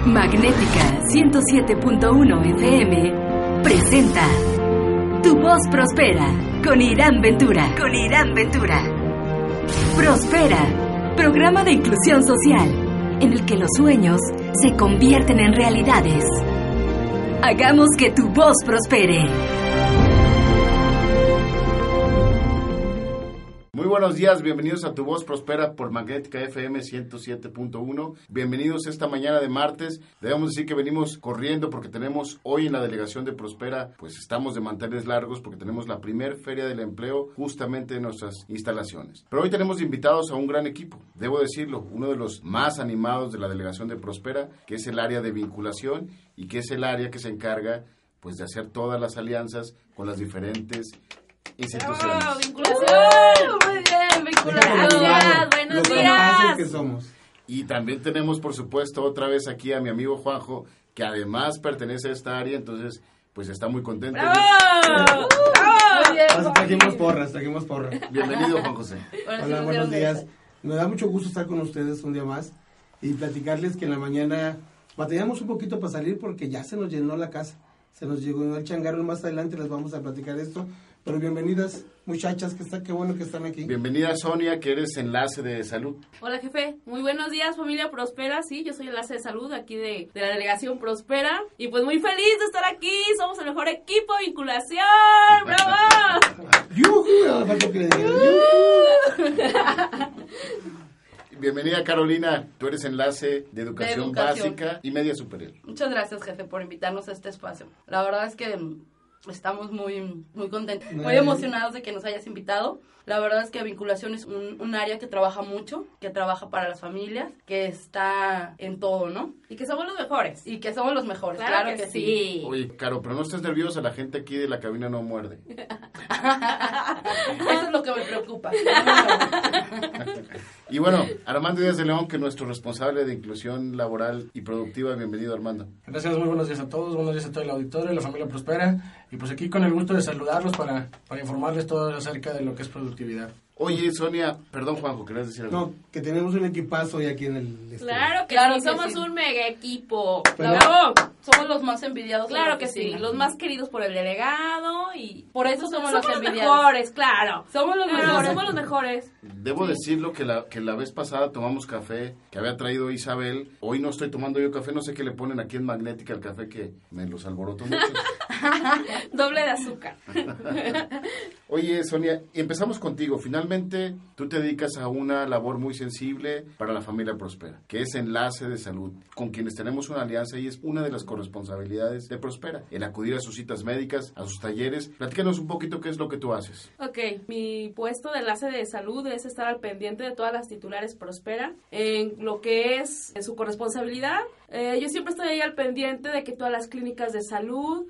Magnética 107.1 FM presenta Tu Voz Prospera con Irán Ventura. Prospera, programa de inclusión social, en el que los sueños se convierten en realidades. Hagamos que tu voz prospere. Muy buenos días, bienvenidos a Tu Voz Prospera por Magnética FM 107.1. Bienvenidos esta mañana de martes. Debemos decir que venimos corriendo porque tenemos hoy en la delegación de Prospera, pues estamos de manteles largos porque tenemos la primer feria del empleo justamente en nuestras instalaciones. Pero hoy tenemos invitados a un gran equipo, debo decirlo, uno de los más animados de la delegación de Prospera, que es el área de vinculación y que es el área que se encarga pues de hacer todas las alianzas con las diferentes instituciones. ¡Oh, vinculación! Muy bien, vinculación. Buenos días. Que somos. Y también tenemos, por supuesto, otra vez aquí a mi amigo Juanjo, que además pertenece a esta área, entonces, pues está muy contento. ¡Bravo! Muy bien, Trajimos porras. Bienvenido, Juan José. Hola, buenos días. Me da mucho gusto estar con ustedes un día más y platicarles que en la mañana batallamos un poquito para salir porque ya se nos llenó la casa. Se nos llegó el changarro, más adelante les vamos a platicar esto. Pero bienvenidas, muchachas, qué bueno que están aquí. Bienvenida, Sonia, que eres enlace de salud. Hola, jefe. Muy buenos días, familia Prospera. Sí, yo soy enlace de salud aquí de la delegación Prospera. Y pues muy feliz de estar aquí. Somos el mejor equipo de vinculación. ¡Bravo! ¡Yujú! No, falta que le diga, ¡yujú! Bienvenida, Carolina. Tú eres enlace de educación básica y media superior. Muchas gracias, jefe, por invitarnos a este espacio. La verdad es que estamos muy contentos, muy emocionados de que nos hayas invitado. La verdad es que vinculación es un área que trabaja mucho, que trabaja para las familias, que está en todo, ¿no? Y que somos los mejores. Y que somos los mejores, Claro que sí. Oye, Caro, pero no estés nerviosa, la gente aquí de la cabina no muerde. Eso es lo que me preocupa. Y bueno, Armando Díaz de León, que es nuestro responsable de inclusión laboral y productiva. Bienvenido, Armando. Gracias, muy buenos días a todos, buenos días a todo el auditorio, la familia Prospera, y pues aquí con el gusto de saludarlos para informarles todo acerca de lo que es productividad. Oye, Sonia, perdón, Juanjo, ¿querías decir algo? No, que tenemos un equipazo hoy aquí en el... Claro que Claro sí, que somos sí. un mega equipo. Pero- ¡Bravo! Somos los más envidiados. Claro de la que sí, oficina. los más queridos por el delegado y Por eso somos los los envidiados. mejores, claro. Somos los Claro, mejores. somos los mejores. Debo decirlo que la vez pasada tomamos café que había traído Isabel. Hoy no estoy tomando yo café, no sé qué le ponen aquí en Magnética al café que me los alboroto mucho. Doble de azúcar. Oye, Sonia, y empezamos contigo. Finalmente, tú te dedicas a una labor muy sensible para la familia Prospera, que es enlace de salud, con quienes tenemos una alianza y es una de las corresponsabilidades de Prospera, el acudir a sus citas médicas, a sus talleres. Platícanos un poquito qué es lo que tú haces. Ok, mi puesto de enlace de salud es estar al pendiente de todas las titulares Prospera en lo que es su corresponsabilidad. Yo siempre estoy ahí al pendiente de que todas las clínicas de salud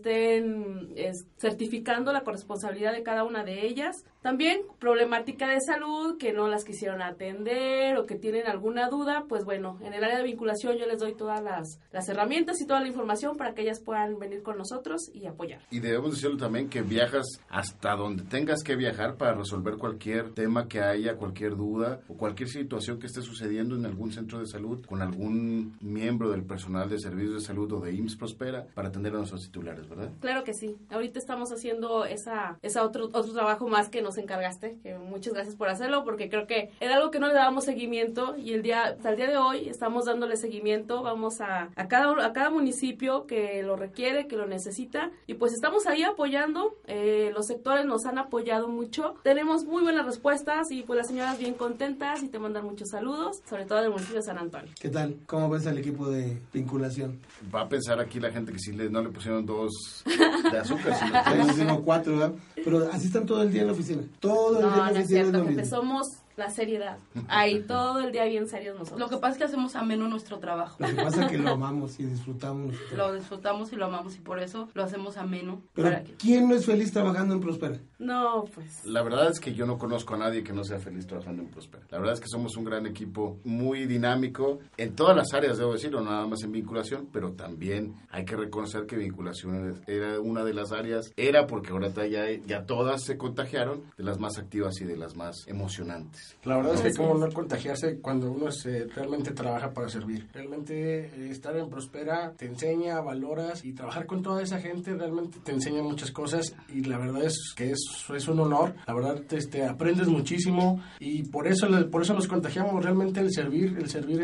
estén certificando la corresponsabilidad de cada una de ellas. También problemática de salud que no las quisieron atender o que tienen alguna duda, pues bueno, en el área de vinculación yo les doy todas las herramientas y toda la información para que ellas puedan venir con nosotros y apoyar. Y debemos decirlo también que viajas hasta donde tengas que viajar para resolver cualquier tema que haya, cualquier duda o cualquier situación que esté sucediendo en algún centro de salud con algún miembro del personal de servicios de salud o de IMSS Prospera para atender a nuestros titulares, ¿verdad? Claro que sí. Ahorita estamos haciendo esa otro trabajo más que nos encargaste, que muchas gracias por hacerlo, porque creo que era algo que no le dábamos seguimiento y hasta el día de hoy estamos dándole seguimiento. Vamos a cada municipio que lo requiere, que lo necesita, y pues estamos ahí apoyando. Los sectores nos han apoyado mucho. Tenemos muy buenas respuestas y pues las señoras bien contentas y te mandan muchos saludos, sobre todo del municipio de San Antonio. ¿Qué tal? ¿Cómo ves al equipo de vinculación? Va a pensar aquí la gente que sí no le pusieron 2 de azúcar, sino Tenemos 3. sino 4, ¿verdad? Pero así están todo el día en la oficina. Todo el día en la No, no es oficina es cierto, lo jefe, mismo. somos la seriedad. Ahí todo el día bien serios nosotros. Lo que pasa es que hacemos ameno nuestro trabajo. Lo que pasa es que lo amamos y disfrutamos. nuestro Lo trabajo. disfrutamos y lo amamos y por eso lo hacemos ameno. Pero Para que... ¿quién no es feliz trabajando en Prospera? No, pues... La verdad es que yo no conozco a nadie que no sea feliz trabajando en Prospera. La verdad es que somos un gran equipo muy dinámico en todas las áreas, debo decirlo, no nada más en vinculación, pero también hay que reconocer que vinculación era una de las áreas, porque ahora ya todas se contagiaron, de las más activas y de las más emocionantes. pacientes. La verdad es que como no contagiarse cuando uno realmente trabaja para servir. Realmente estar en Prospera te enseña, valoras, y trabajar con toda esa gente realmente te enseña muchas cosas, y la verdad es que es un honor. La verdad aprendes muchísimo, y por eso nos contagiamos. Realmente el servir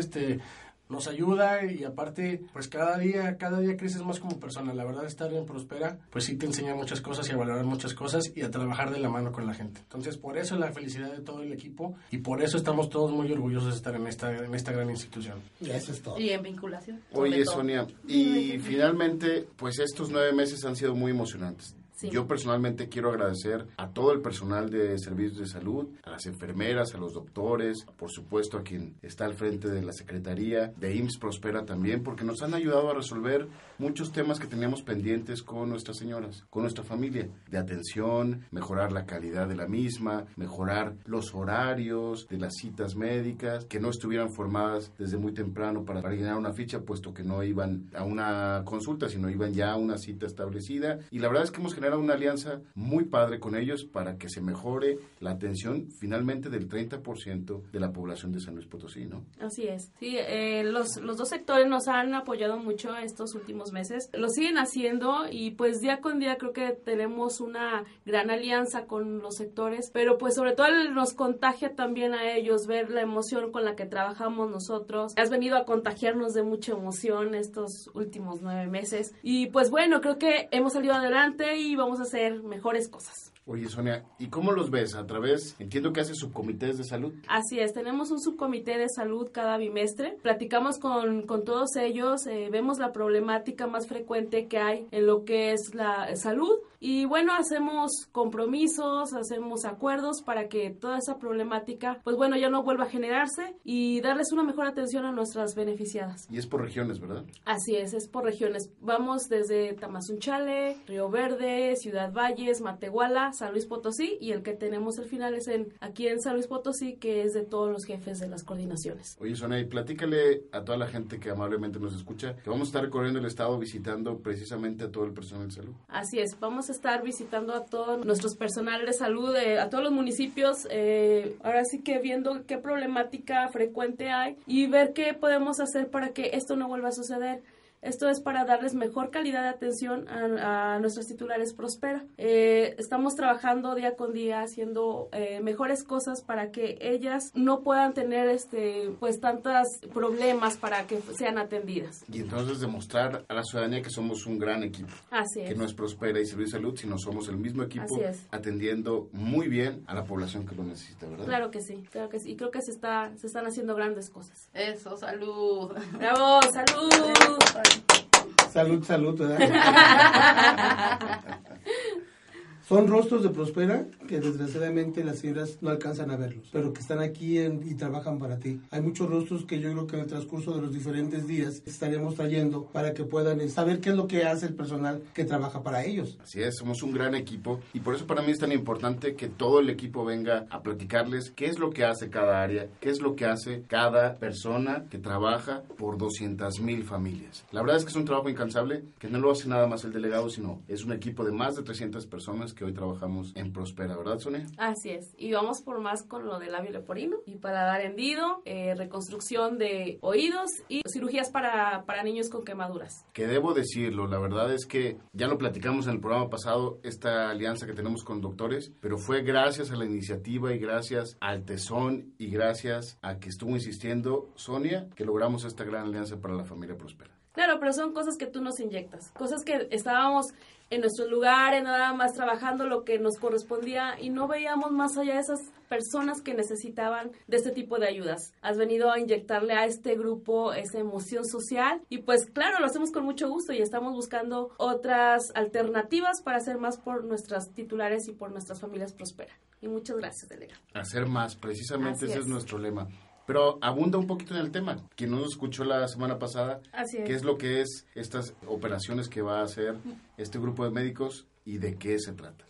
nos ayuda, y aparte pues cada día creces más como persona. La verdad, estar en Prospera pues sí te enseña muchas cosas, y a valorar muchas cosas, y a trabajar de la mano con la gente. Entonces por eso la felicidad de todo el equipo, y por eso estamos todos muy orgullosos de estar en esta gran institución. Y eso es todo. Y en vinculación. Oye, Sonia, y finalmente pues estos 9 meses han sido muy emocionantes. Sí. Yo personalmente quiero agradecer a todo el personal de servicios de salud, a las enfermeras, a los doctores, por supuesto a quien está al frente de la Secretaría, de IMSS Prospera también, porque nos han ayudado a resolver muchos temas que teníamos pendientes con nuestras señoras, con nuestra familia, de atención, mejorar la calidad de la misma, mejorar los horarios de las citas médicas, que no estuvieran formadas desde muy temprano para llenar una ficha, puesto que no iban a una consulta, sino iban ya a una cita establecida. Y la verdad es que hemos generado una alianza muy padre con ellos para que se mejore la atención finalmente del 30% de la población de San Luis Potosí, ¿no? Así es. Sí, los dos sectores nos han apoyado mucho estos últimos meses. Lo siguen haciendo, y pues día con día creo que tenemos una gran alianza con los sectores, pero pues sobre todo nos contagia también a ellos ver la emoción con la que trabajamos nosotros. Has venido a contagiarnos de mucha emoción estos últimos 9 meses, y pues bueno, creo que hemos salido adelante y vamos a hacer mejores cosas. Oye, Sonia, ¿y cómo los ves? A través, entiendo que haces subcomités de salud. Así es, tenemos un subcomité de salud cada bimestre, platicamos con todos ellos, vemos la problemática más frecuente que hay en lo que es la salud, y bueno, hacemos compromisos, hacemos acuerdos para que toda esa problemática, pues bueno, ya no vuelva a generarse, y darles una mejor atención a nuestras beneficiadas. Y es por regiones, ¿verdad? Así es por regiones. Vamos desde Tamazunchale, Río Verde, Ciudad Valles, Matehuala, San Luis Potosí, y el que tenemos al final es aquí en San Luis Potosí, que es de todos los jefes de las coordinaciones. Oye, Sonia, y platícale a toda la gente que amablemente nos escucha que vamos a estar recorriendo el estado visitando precisamente a todo el personal de salud. Así es, vamos a estar visitando a todos nuestros personal de salud, a todos los municipios, ahora sí que viendo qué problemática frecuente hay y ver qué podemos hacer para que esto no vuelva a suceder. Esto es para darles mejor calidad de atención a nuestros titulares Prospera. Estamos trabajando día con día haciendo mejores cosas para que ellas no puedan tener pues tantos problemas para que sean atendidas. Y entonces demostrar a la ciudadanía que somos un gran equipo. Así es. Que no es Prospera y Servicio de Salud, sino somos el mismo equipo. Así es. Atendiendo muy bien a la población que lo necesita, ¿verdad? Claro que sí. Y creo que se están haciendo grandes cosas. Eso, salud. ¡Bravo! ¡Salud! Salud, ¿verdad? Son rostros de Prospera que desgraciadamente las señoras no alcanzan a verlos, pero que están aquí y trabajan para ti. Hay muchos rostros que yo creo que en el transcurso de los diferentes días estaremos trayendo para que puedan saber qué es lo que hace el personal que trabaja para ellos. Así es, somos un gran equipo, y por eso para mí es tan importante que todo el equipo venga a platicarles qué es lo que hace cada área, qué es lo que hace cada persona que trabaja por 200,000 familias. La verdad es que es un trabajo incansable, que no lo hace nada más el delegado, sino es un equipo de más de 300 personas que hoy trabajamos en Prospera, ¿verdad, Sonia? Así es, y vamos por más con lo del labio leporino, y para dar hendido, reconstrucción de oídos y cirugías para niños con quemaduras. Que debo decirlo, la verdad es que ya lo platicamos en el programa pasado, esta alianza que tenemos con doctores, pero fue gracias a la iniciativa y gracias al tesón y gracias a que estuvo insistiendo Sonia que logramos esta gran alianza para la familia Prospera. Claro, pero son cosas que tú nos inyectas, cosas que estábamos en nuestros lugares, nada más trabajando lo que nos correspondía y no veíamos más allá de esas personas que necesitaban de este tipo de ayudas. Has venido a inyectarle a este grupo esa emoción social y pues claro, lo hacemos con mucho gusto y estamos buscando otras alternativas para hacer más por nuestras titulares y por nuestras familias Prospera. Y muchas gracias, delegado. Hacer más, precisamente Así ese es nuestro lema. Pero abunda un poquito en el tema. Quien nos escuchó la semana pasada, ¿qué es lo que es estas operaciones que va a hacer este grupo de médicos y de qué se trata?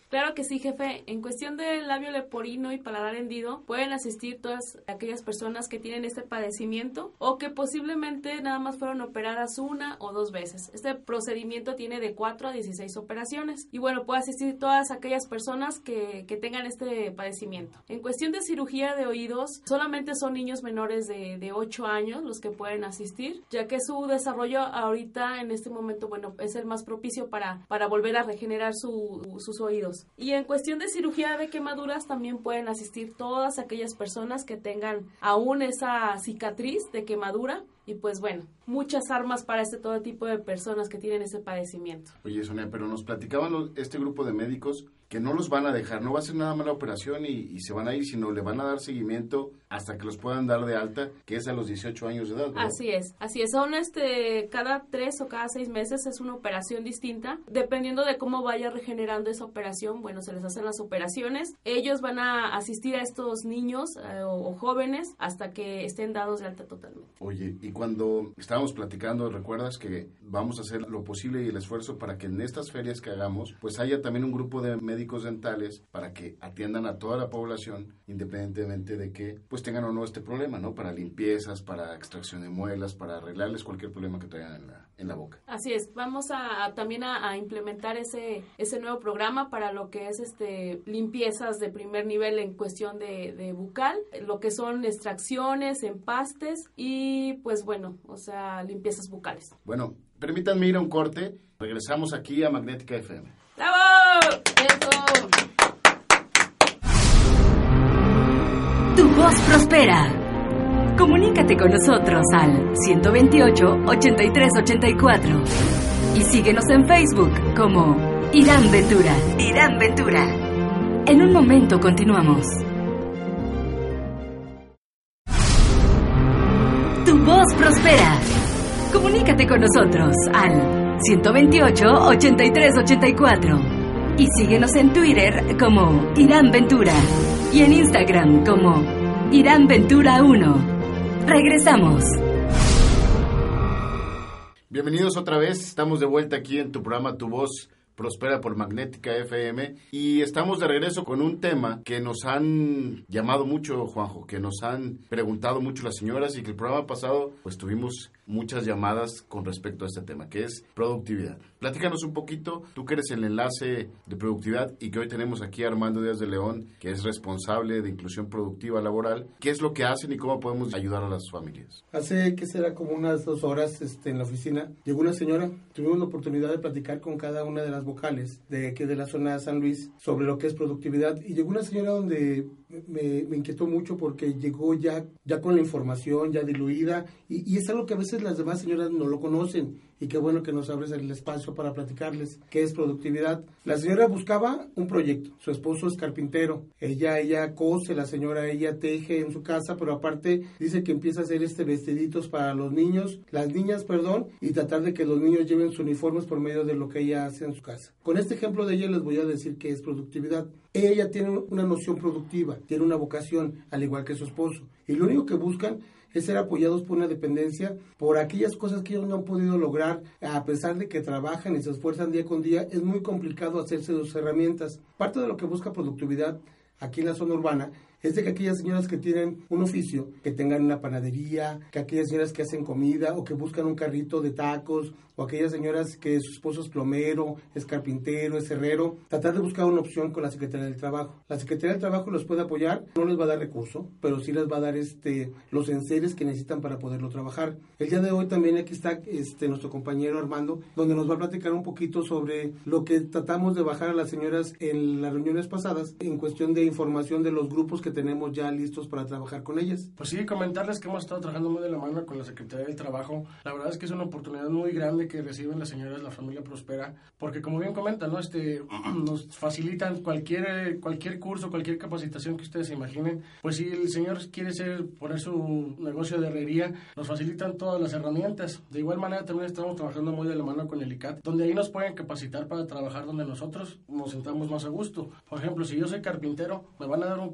Claro que sí, jefe. En cuestión del labio leporino y paladar hendido, pueden asistir todas aquellas personas que tienen este padecimiento o que posiblemente nada más fueron operadas 1 o 2 veces. Este procedimiento tiene de 4 a 16 operaciones. Y bueno, puede asistir todas aquellas personas que tengan este padecimiento. En cuestión de cirugía de oídos, solamente son niños menores de 8 años los que pueden asistir, ya que su desarrollo ahorita en este momento, bueno, es el más propicio para volver a regenerar sus oídos. Y en cuestión de cirugía de quemaduras también pueden asistir todas aquellas personas que tengan aún esa cicatriz de quemadura. Y pues bueno, muchas armas para todo tipo de personas que tienen ese padecimiento. Oye, Sonia, pero nos platicaban este grupo de médicos que no los van a dejar, no va a ser nada más la operación y se van a ir, sino le van a dar seguimiento hasta que los puedan dar de alta, que es a los 18 años de edad, ¿verdad? Así es. Son cada 3 o cada 6 meses es una operación distinta. Dependiendo de cómo vaya regenerando esa operación, bueno, se les hacen las operaciones. Ellos van a asistir a estos niños o jóvenes hasta que estén dados de alta totalmente. Oye, y cuando estábamos platicando, ¿recuerdas que vamos a hacer lo posible y el esfuerzo para que en estas ferias que hagamos, pues haya también un grupo de médicos dentales para que atiendan a toda la población, independientemente de que pues tengan o no este problema, ¿no? Para limpiezas, para extracción de muelas, para arreglarles cualquier problema que traigan en la boca. Así es, vamos también a implementar ese nuevo programa para lo que es limpiezas de primer nivel en cuestión de bucal, lo que son extracciones, empastes y pues bueno, limpiezas bucales. Bueno, permítanme ir a un corte, regresamos aquí a Magnética FM. ¡Bravo! ¡Eso! Tu voz prospera. Comunícate con nosotros al 128-8384 y síguenos en Facebook como Irán Ventura. Irán Ventura. En un momento continuamos. Tu voz prospera. Comunícate con nosotros al 128-8384 y síguenos en Twitter como Irán Ventura y en Instagram como Irán Ventura 1. Regresamos. Bienvenidos otra vez, estamos de vuelta aquí en tu programa Tu Voz Prospera por Magnética FM y estamos de regreso con un tema que nos han llamado mucho, Juanjo, que nos han preguntado mucho las señoras y que el programa pasado pues tuvimos muchas llamadas con respecto a este tema, que es productividad. Platícanos un poquito, tú que eres el enlace de productividad y que hoy tenemos aquí a Armando Díaz de León, que es responsable de inclusión productiva laboral. ¿Qué es lo que hacen y cómo podemos ayudar a las familias? Hace que será como unas 2 horas en la oficina, llegó una señora, tuvimos la oportunidad de platicar con cada una de las vocales de aquí de la zona de San Luis sobre lo que es productividad y llegó una señora donde me inquietó mucho porque llegó ya con la información ya diluida y es algo que a veces las demás señoras no lo conocen y qué bueno que nos abres el espacio para platicarles qué es productividad. La señora buscaba un proyecto, su esposo es carpintero, ella cose, la señora ella teje en su casa, pero aparte dice que empieza a hacer vestiditos para los niños, las niñas, y tratar de que los niños lleven sus uniformes por medio de lo que ella hace en su casa. Con este ejemplo de ella les voy a decir qué es productividad. Ella tiene una noción productiva, tiene una vocación, al igual que su esposo, y lo único que buscan es ser apoyados por una dependencia, por aquellas cosas que ellos no han podido lograr, a pesar de que trabajan y se esfuerzan día con día, es muy complicado hacerse de sus herramientas. Parte de lo que busca productividad aquí en la zona urbana es de que aquellas señoras que tienen un oficio, que tengan una panadería, que aquellas señoras que hacen comida o que buscan un carrito de tacos, o aquellas señoras que su esposo es plomero, es carpintero, es herrero, tratar de buscar una opción con la Secretaría del Trabajo. La Secretaría del Trabajo los puede apoyar, no les va a dar recurso, pero sí les va a dar los enseres que necesitan para poderlo trabajar. El día de hoy también aquí está nuestro compañero Armando, donde nos va a platicar un poquito sobre lo que tratamos de bajar a las señoras en las reuniones pasadas, en cuestión de información de los grupos que tenemos ya listos para trabajar con ellas. Pues sí, comentarles que hemos estado trabajando muy de la mano con la Secretaría del Trabajo. La verdad es que es una oportunidad muy grande que reciben las señoras de la familia Prospera, porque como bien comentan, ¿no? Nos facilitan cualquier curso, cualquier capacitación que ustedes se imaginen. Pues si el señor quiere poner su negocio de herrería, nos facilitan todas las herramientas. De igual manera también estamos trabajando muy de la mano con el ICAT, donde ahí nos pueden capacitar para trabajar donde nosotros nos sentamos más a gusto. Por ejemplo, si yo soy carpintero, me van a dar un curso de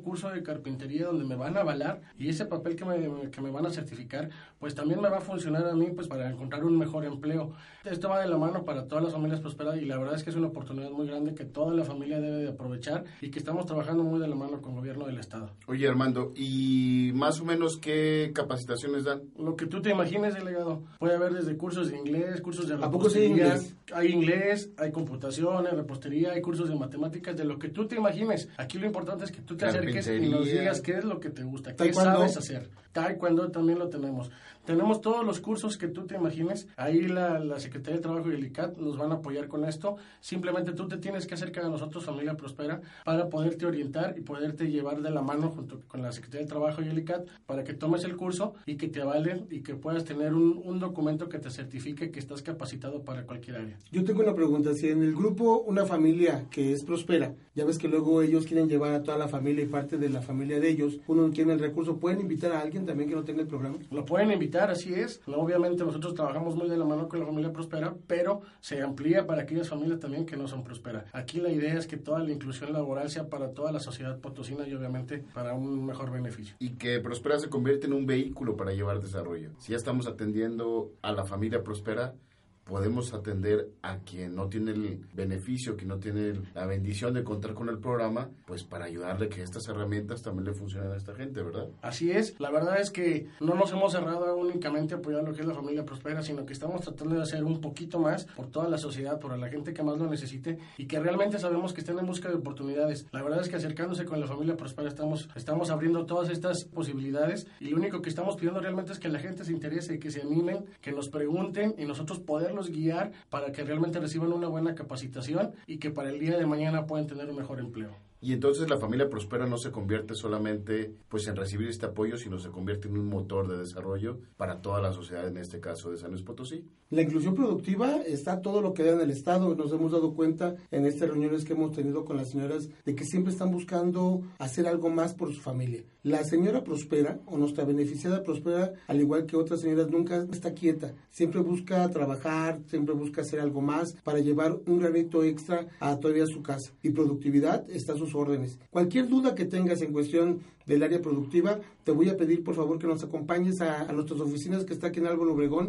carpintería donde me van a avalar y ese papel que me van a certificar, pues también me va a funcionar a mí pues para encontrar un mejor empleo. Esto va de la mano para todas las familias prosperadas y la verdad es que es una oportunidad muy grande que toda la familia debe de aprovechar y que estamos trabajando muy de la mano con el gobierno del estado. Oye, Armando, ¿y más o menos qué capacitaciones dan? Lo que tú te imagines, delegado. Puede haber desde cursos de inglés, cursos de ¿A poco sí hay inglés? Hay inglés, hay computación, hay repostería, hay cursos de matemáticas, de lo que tú te imagines. Aquí lo importante es que tú te acerques y nos digas qué es lo que te gusta, qué sabes hacer. Taekwondo también lo tenemos. Tenemos todos los cursos que tú te imagines. Ahí la Secretaría de Trabajo y el ICAT nos van a apoyar con esto. Simplemente tú te tienes que acercar a nosotros, Familia Prospera, para poderte orientar y poderte llevar de la mano junto con la Secretaría de Trabajo y el ICAT para que tomes el curso y que te avalen y que puedas tener un documento que te certifique que estás capacitado para cualquier área. Yo tengo una pregunta. Si en el grupo una familia que es Prospera, ya ves que luego ellos quieren llevar a toda la familia y parte de la familia de ellos, uno tiene el recurso, ¿pueden invitar a alguien también que no tenga el programa? Lo pueden invitar, así es. No, obviamente nosotros trabajamos muy de la mano con la Familia Prospera, pero se amplía para aquellas familias también que no son Prospera. Aquí la idea es que toda la inclusión laboral sea para toda la sociedad potosina y obviamente para un mejor beneficio. Y que Prospera se convierte en un vehículo para llevar desarrollo. Si ya estamos atendiendo a la familia Prospera, podemos atender a quien no tiene el beneficio, que no tiene la bendición de contar con el programa, pues para ayudarle que estas herramientas también le funcionen a esta gente, ¿verdad? Así es, la verdad es que no nos hemos cerrado únicamente a apoyar lo que es la familia Prospera, sino que estamos tratando de hacer un poquito más por toda la sociedad, por la gente que más lo necesite y que realmente sabemos que estén en busca de oportunidades. La verdad es que acercándose con la familia Prospera estamos abriendo todas estas posibilidades y lo único que estamos pidiendo realmente es que la gente se interese, que se animen, que nos pregunten y nosotros poderlos guiar para que realmente reciban una buena capacitación y que para el día de mañana puedan tener un mejor empleo. Y entonces la familia Prospera no se convierte solamente pues en recibir este apoyo, sino se convierte en un motor de desarrollo para toda la sociedad, en este caso de San Luis Potosí. La inclusión productiva está todo lo que da en el Estado. Nos hemos dado cuenta en estas reuniones que hemos tenido con las señoras de que siempre están buscando hacer algo más por su familia. La señora Prospera, o nuestra beneficiada Prospera, al igual que otras señoras, nunca está quieta. Siempre busca trabajar, siempre busca hacer algo más para llevar un granito extra a todavía su casa. Y productividad está a sus órdenes. Cualquier duda que tengas en cuestión del área productiva, te voy a pedir por favor que nos acompañes a nuestras oficinas que está aquí en Álvaro Obregón,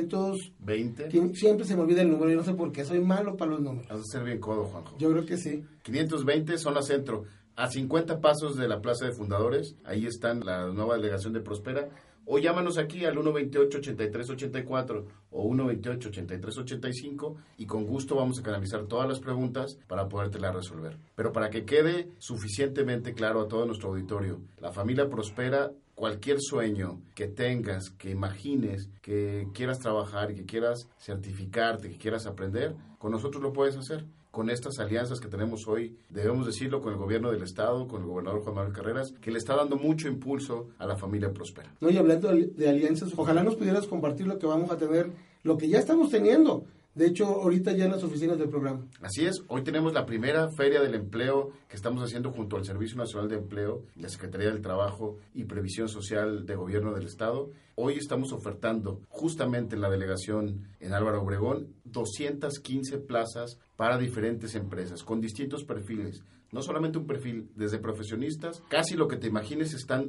520. Siempre se me olvida el número, yo no sé por qué, soy malo para los números. Has de ser bien codo, Juanjo. Yo creo que sí. 520, zona centro, a 50 pasos de la Plaza de Fundadores, ahí está la nueva delegación de Prospera. O llámanos aquí al 128-8384 o 128-8385 y con gusto vamos a canalizar todas las preguntas para podértelas resolver. Pero para que quede suficientemente claro a todo nuestro auditorio, la familia Prospera, cualquier sueño que tengas, que imagines, que quieras trabajar, que quieras certificarte, que quieras aprender, con nosotros lo puedes hacer. Con estas alianzas que tenemos hoy, debemos decirlo, con el gobierno del Estado, con el gobernador Juan Manuel Carreras, que le está dando mucho impulso a la familia Prospera. No, y hablando de alianzas, ojalá nos pudieras compartir lo que vamos a tener, lo que ya estamos teniendo. De hecho, ahorita ya en las oficinas del programa. Así es, hoy tenemos la primera Feria del Empleo que estamos haciendo junto al Servicio Nacional de Empleo, la Secretaría del Trabajo y Previsión Social de Gobierno del Estado. Hoy estamos ofertando justamente en la delegación en Álvaro Obregón 215 plazas para diferentes empresas con distintos perfiles. No solamente un perfil, desde profesionistas, casi lo que te imagines, están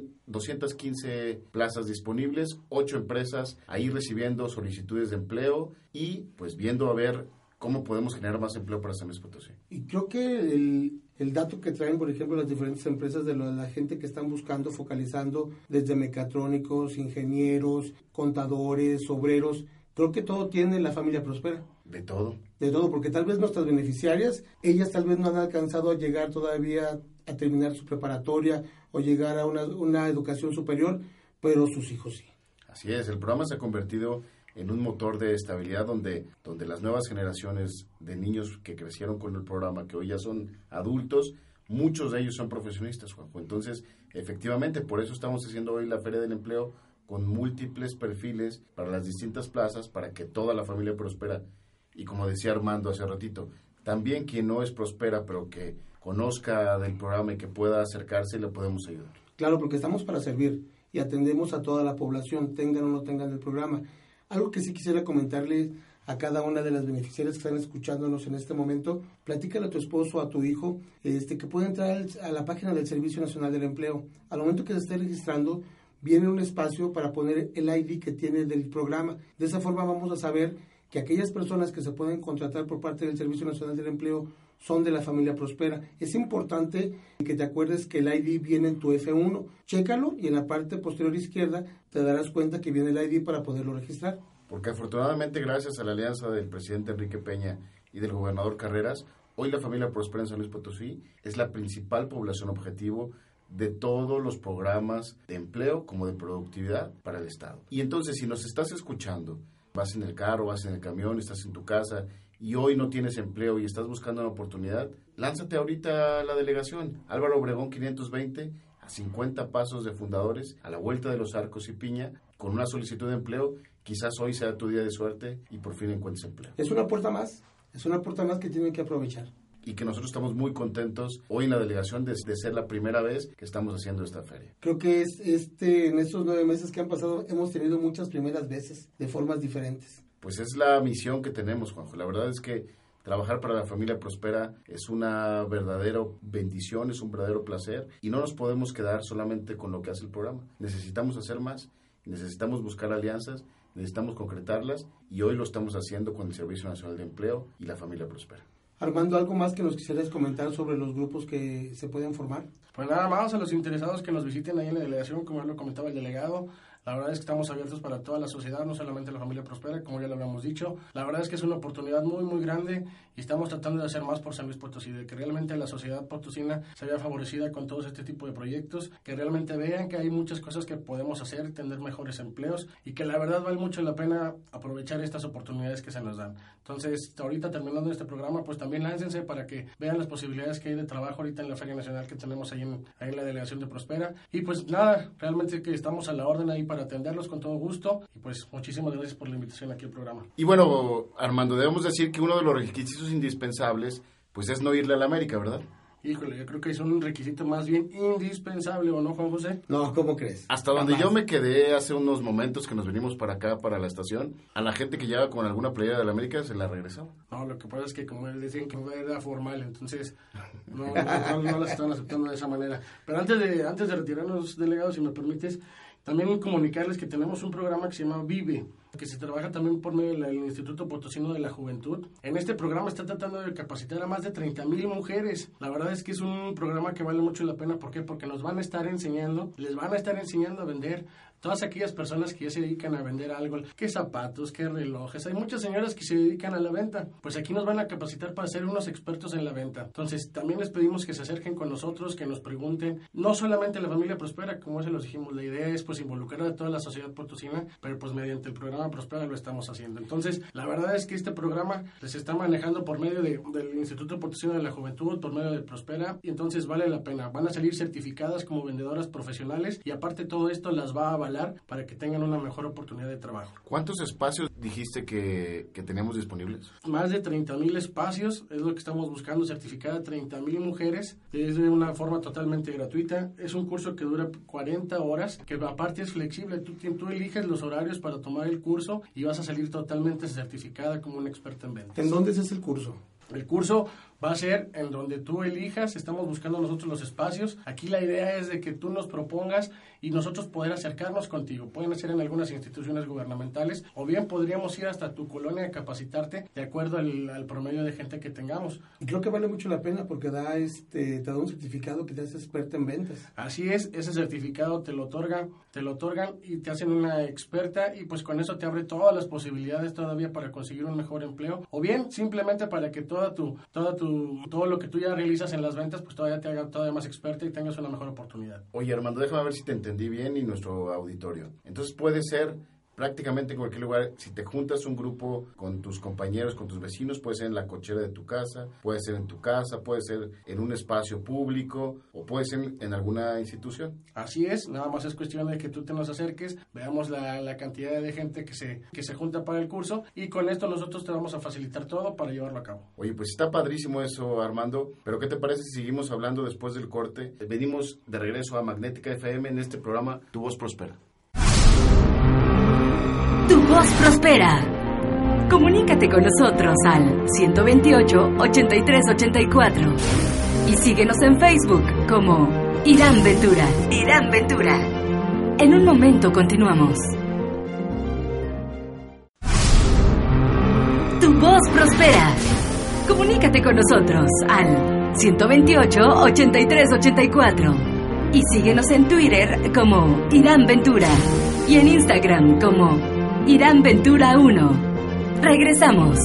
215 plazas disponibles, 8 empresas ahí recibiendo solicitudes de empleo y pues viendo a ver cómo podemos generar más empleo para San Luis Potosí. Y creo que el dato que traen, por ejemplo, las diferentes empresas de la gente que están buscando, focalizando desde mecatrónicos, ingenieros, contadores, obreros, creo que todo tiene la familia Prospera. De todo. De todo, porque tal vez nuestras beneficiarias, ellas tal vez no han alcanzado a llegar todavía a terminar su preparatoria o llegar a una educación superior, pero sus hijos sí. Así es, el programa se ha convertido en un motor de estabilidad donde las nuevas generaciones de niños que crecieron con el programa, que hoy ya son adultos, muchos de ellos son profesionistas, Juanjo. Entonces, efectivamente, por eso estamos haciendo hoy la Feria del Empleo con múltiples perfiles para las distintas plazas, para que toda la familia Prospera. Y como decía Armando hace ratito, también quien no es Prospera, pero que conozca del programa y que pueda acercarse, le podemos ayudar. Claro, porque estamos para servir y atendemos a toda la población, tengan o no tengan el programa. Algo que sí quisiera comentarles a cada una de las beneficiarias que están escuchándonos en este momento, platícale a tu esposo, a tu hijo, que puede entrar a la página del Servicio Nacional del Empleo. Al momento que se esté registrando, viene un espacio para poner el ID que tiene del programa. De esa forma vamos a saber que aquellas personas que se pueden contratar por parte del Servicio Nacional del Empleo son de la familia Prospera. Es importante que te acuerdes que el ID viene en tu F1. Chécalo y en la parte posterior izquierda te darás cuenta que viene el ID para poderlo registrar. Porque afortunadamente, gracias a la alianza del presidente Enrique Peña y del gobernador Carreras, hoy la familia Prospera en San Luis Potosí es la principal población objetivo de todos los programas de empleo como de productividad para el Estado. Y entonces, si nos estás escuchando, vas en el carro, vas en el camión, estás en tu casa y hoy no tienes empleo y estás buscando una oportunidad, lánzate ahorita a la delegación. Álvaro Obregón 520, a 50 pasos de Fundadores, a la vuelta de Los Arcos y Piña, con una solicitud de empleo. Quizás hoy sea tu día de suerte y por fin encuentres empleo. Es una puerta más que tienen que aprovechar. Y que nosotros estamos muy contentos hoy en la delegación de ser la primera vez que estamos haciendo esta feria. Creo que en estos 9 meses que han pasado hemos tenido muchas primeras veces de formas diferentes. Pues es la misión que tenemos, Juanjo. La verdad es que trabajar para la familia Prospera es una verdadera bendición, es un verdadero placer y no nos podemos quedar solamente con lo que hace el programa. Necesitamos hacer más, necesitamos buscar alianzas, necesitamos concretarlas y hoy lo estamos haciendo con el Servicio Nacional de Empleo y la familia Prospera. Armando, ¿algo más que nos quisieras comentar sobre los grupos que se pueden formar? Pues nada más, a los interesados que nos visiten ahí en la delegación, como ya lo comentaba el delegado. La verdad es que estamos abiertos para toda la sociedad, no solamente la familia Prospera, como ya lo habíamos dicho. La verdad es que es una oportunidad muy, muy grande y estamos tratando de hacer más por San Luis Potosí, de que realmente la sociedad potosina se vea favorecida con todos este tipo de proyectos, que realmente vean que hay muchas cosas que podemos hacer, tener mejores empleos y que la verdad vale mucho la pena aprovechar estas oportunidades que se nos dan. Entonces, ahorita terminando este programa, pues también láncense para que vean las posibilidades que hay de trabajo ahorita en la Feria Nacional que tenemos ahí en la delegación de Prospera. Y pues nada, realmente que estamos a la orden ahí para atenderlos con todo gusto y pues muchísimas gracias por la invitación aquí al programa. Y bueno, Armando, debemos decir que uno de los requisitos indispensables pues es no irle a la América, ¿verdad? Híjole, yo creo que es un requisito más bien indispensable, ¿o no, Juan José? No, ¿cómo crees? Hasta donde yo me quedé hace unos momentos que nos venimos para acá, para la estación, a la gente que lleva con alguna playera de la América se la regresó. No, lo que pasa es que como decían que era formal, entonces no las están aceptando de esa manera. Pero antes de retirarnos, delegados, si me permites, también comunicarles que tenemos un programa que se llama Vive, que se trabaja también por medio del Instituto Potosino de la Juventud. En este programa está tratando de capacitar a más de 30,000 mujeres. La verdad es que es un programa que vale mucho la pena. ¿Por qué? Porque nos van a estar enseñando, les van a estar enseñando a vender. Todas aquellas personas que ya se dedican a vender algo, qué zapatos, qué relojes. Hay muchas señoras que se dedican a la venta. Pues aquí nos van a capacitar para ser unos expertos en la venta. Entonces, también les pedimos que se acerquen con nosotros, que nos pregunten. No solamente la familia Prospera, como se los dijimos, la idea es pues involucrar a toda la sociedad potosina, pero pues mediante el programa Prospera lo estamos haciendo. Entonces, la verdad es que este programa se está manejando por medio del Instituto Potosino de la Juventud, por medio del Prospera, y entonces vale la pena. Van a salir certificadas como vendedoras profesionales y aparte todo esto las va a avalar para que tengan una mejor oportunidad de trabajo. ¿Cuántos espacios dijiste que tenemos disponibles? Más de 30,000 espacios, es lo que estamos buscando, certificar a 30,000 mujeres, es de una forma totalmente gratuita. Es un curso que dura 40 horas, que aparte es flexible, tú eliges los horarios para tomar el curso y vas a salir totalmente certificada como una experta en ventas. ¿En dónde es el curso? El curso va a ser en donde tú elijas, estamos buscando nosotros los espacios. Aquí la idea es de que tú nos propongas y nosotros poder acercarnos contigo. Pueden ser en algunas instituciones gubernamentales o bien podríamos ir hasta tu colonia a capacitarte de acuerdo al promedio de gente que tengamos. Y creo que vale mucho la pena porque te da un certificado que te hace experta en ventas. Así es, ese certificado te lo otorgan y te hacen una experta y pues con eso te abre todas las posibilidades todavía para conseguir un mejor empleo o bien simplemente para que todo lo que tú ya realizas en las ventas pues todavía te haga todavía más experta y tengas una mejor oportunidad. Oye, Armando, déjame ver si te entendí bien y nuestro auditorio. Entonces puede ser prácticamente en cualquier lugar, si te juntas un grupo con tus compañeros, con tus vecinos, puede ser en la cochera de tu casa, puede ser en tu casa, puede ser en un espacio público o puede ser en alguna institución. Así es, nada más es cuestión de que tú te nos acerques, veamos la cantidad de gente que se junta para el curso y con esto nosotros te vamos a facilitar todo para llevarlo a cabo. Oye, pues está padrísimo eso, Armando, pero ¿qué te parece si seguimos hablando después del corte? Venimos de regreso a Magnética FM en este programa Tu Voz Prospera. Tu voz prospera. Comunícate con nosotros al 128-8384 y síguenos en Facebook como Irán Ventura. Irán Ventura. En un momento continuamos. Tu voz prospera. Comunícate con nosotros al 128-8384 y síguenos en Twitter como Irán Ventura y en Instagram como Irán Ventura 1. Regresamos.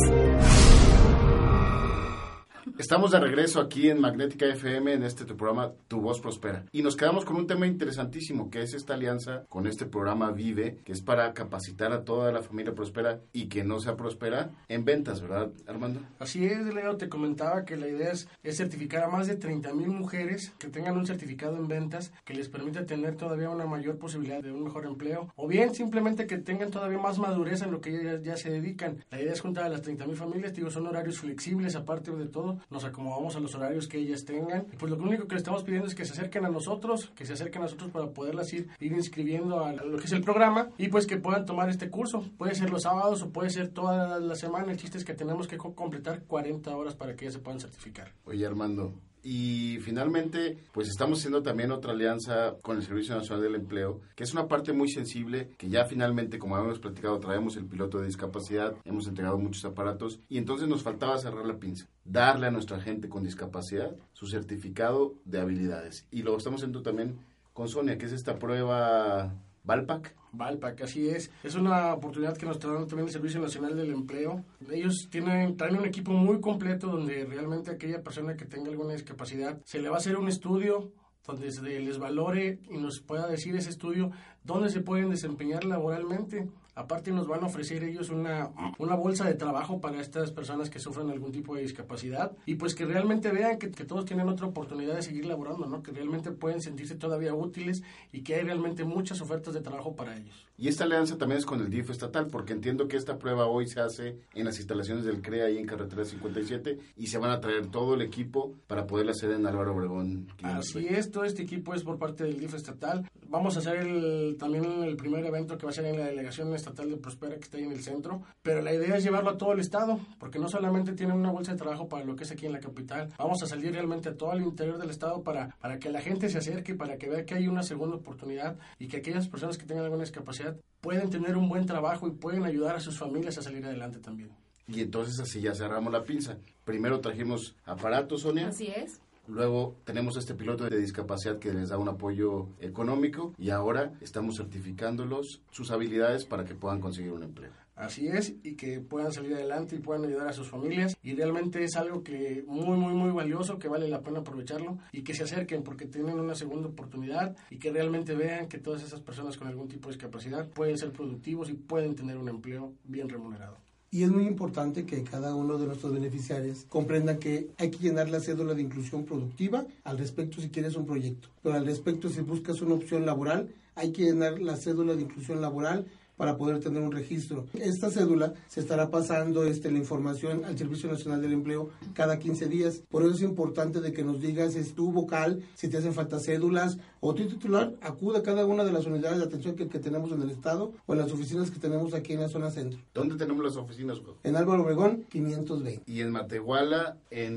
Estamos de regreso aquí en Magnética FM en tu programa Tu Voz Prospera. Y nos quedamos con un tema interesantísimo que es esta alianza con este programa Vive, que es para capacitar a toda la familia próspera y que no sea próspera en ventas, ¿verdad, Armando? Así es, Leo, te comentaba que la idea es certificar a más de 30,000 mujeres que tengan un certificado en ventas que les permita tener todavía una mayor posibilidad de un mejor empleo, o bien simplemente que tengan todavía más madurez en lo que ellas ya se dedican. La idea es juntar a las 30,000 familias, digo, son horarios flexibles, aparte de todo, nos acomodamos a los horarios que ellas tengan. Pues lo único que les estamos pidiendo es que se acerquen a nosotros, para poderlas ir inscribiendo a lo que es el programa y pues que puedan tomar este curso. Puede ser los sábados o puede ser toda la semana. El chiste es que tenemos que completar 40 horas para que ellas se puedan certificar. Oye, Armando, y finalmente, pues estamos haciendo también otra alianza con el Servicio Nacional del Empleo, que es una parte muy sensible, que ya finalmente, como habíamos platicado, traemos el piloto de discapacidad, hemos entregado muchos aparatos, y entonces nos faltaba cerrar la pinza, darle a nuestra gente con discapacidad su certificado de habilidades. Y lo estamos haciendo también con Sonia, que es esta prueba Valpac. Valpac, así es. Es una oportunidad que nos está dando también el Servicio Nacional del Empleo. Ellos traen un equipo muy completo donde realmente aquella persona que tenga alguna discapacidad se le va a hacer un estudio donde se les valore y nos pueda decir ese estudio dónde se pueden desempeñar laboralmente. Aparte nos van a ofrecer ellos una bolsa de trabajo para estas personas que sufren algún tipo de discapacidad y pues que realmente vean que todos tienen otra oportunidad de seguir laborando, ¿no? Que realmente pueden sentirse todavía útiles y que hay realmente muchas ofertas de trabajo para ellos. Y esta alianza también es con el DIF estatal, porque entiendo que esta prueba hoy se hace en las instalaciones del CREA ahí en Carretera 57 y se van a traer todo el equipo para poderla hacer en Álvaro Obregón. Así es, todo este equipo es por parte del DIF estatal. Vamos a hacer también el primer evento que va a ser en la delegación estatal de Prospera que está ahí en el centro, pero la idea es llevarlo a todo el estado, porque no solamente tienen una bolsa de trabajo para lo que es aquí en la capital, vamos a salir realmente a todo el interior del estado para que la gente se acerque, para que vea que hay una segunda oportunidad y que aquellas personas que tengan alguna discapacidad pueden tener un buen trabajo y pueden ayudar a sus familias a salir adelante también. Y entonces así ya cerramos la pinza. Primero trajimos aparatos, Sonia. Así es. Luego tenemos este piloto de discapacidad que les da un apoyo económico y ahora estamos certificándolos sus habilidades para que puedan conseguir un empleo. Así es, y que puedan salir adelante y puedan ayudar a sus familias, y realmente es algo que muy valioso, que vale la pena aprovecharlo y que se acerquen porque tienen una segunda oportunidad y que realmente vean que todas esas personas con algún tipo de discapacidad pueden ser productivos y pueden tener un empleo bien remunerado. Y es muy importante que cada uno de nuestros beneficiarios comprenda que hay que llenar la cédula de inclusión productiva al respecto si quieres un proyecto. Pero al respecto si buscas una opción laboral, hay que llenar la cédula de inclusión laboral para poder tener un registro. Esta cédula se estará pasando la información al Servicio Nacional del Empleo cada 15 días. Por eso es importante de que nos digas tu vocal, si te hacen falta cédulas o tu titular, acude a cada una de las unidades de atención que tenemos en el estado o en las oficinas que tenemos aquí en la zona centro. ¿Dónde tenemos las oficinas? En Álvaro Obregón, 520. Y en Matehuala,